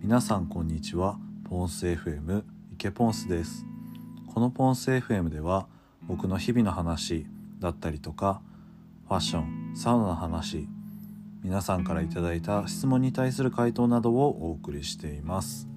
皆さんこんにちは。ポンス FM 池ポンスです。このポンス FM では僕の日々の話だったりとかファッション、サウナの話、皆さんからいただいた質問に対する回答などをお送りしています。